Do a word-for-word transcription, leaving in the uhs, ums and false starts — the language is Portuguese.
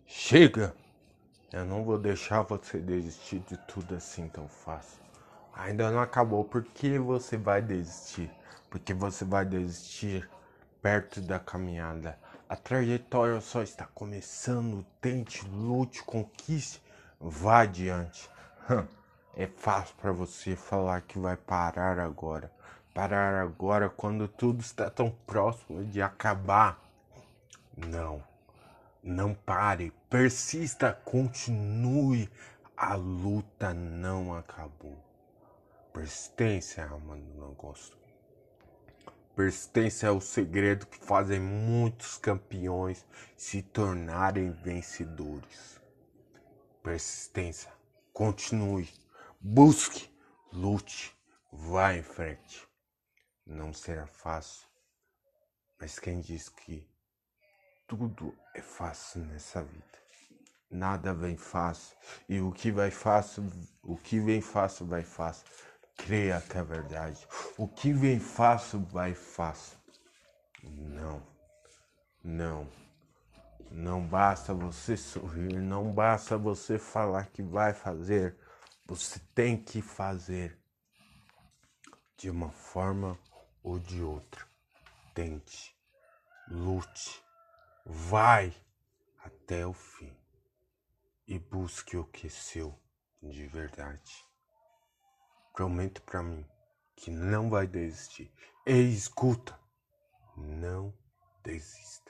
Chega! Eu não vou deixar você desistir de tudo assim tão fácil. Ainda não acabou. Por que você vai desistir? Porque você vai desistir perto da caminhada. A trajetória só está começando. Tente, lute, conquiste, vá adiante. É fácil para você falar que vai parar agora. Parar agora quando tudo está tão próximo de acabar. Não. Não pare, persista, continue. A luta não acabou. Persistência é a alma do negócio. Persistência é o segredo que fazem muitos campeões se tornarem vencedores. Persistência, continue, busque, lute, vá em frente. Não será fácil, mas quem diz que tudo é fácil nessa vida? Nada vem fácil. E o que vai fácil, o que vem fácil vai fácil. Creia que é verdade. O que vem fácil vai fácil. Não. Não. Não basta você sorrir, não basta você falar que vai fazer. Você tem que fazer de uma forma ou de outra. Tente, lute, vai até o fim. E busque o que é seu de verdade. Promete pra mim que não vai desistir. E escuta, não desista.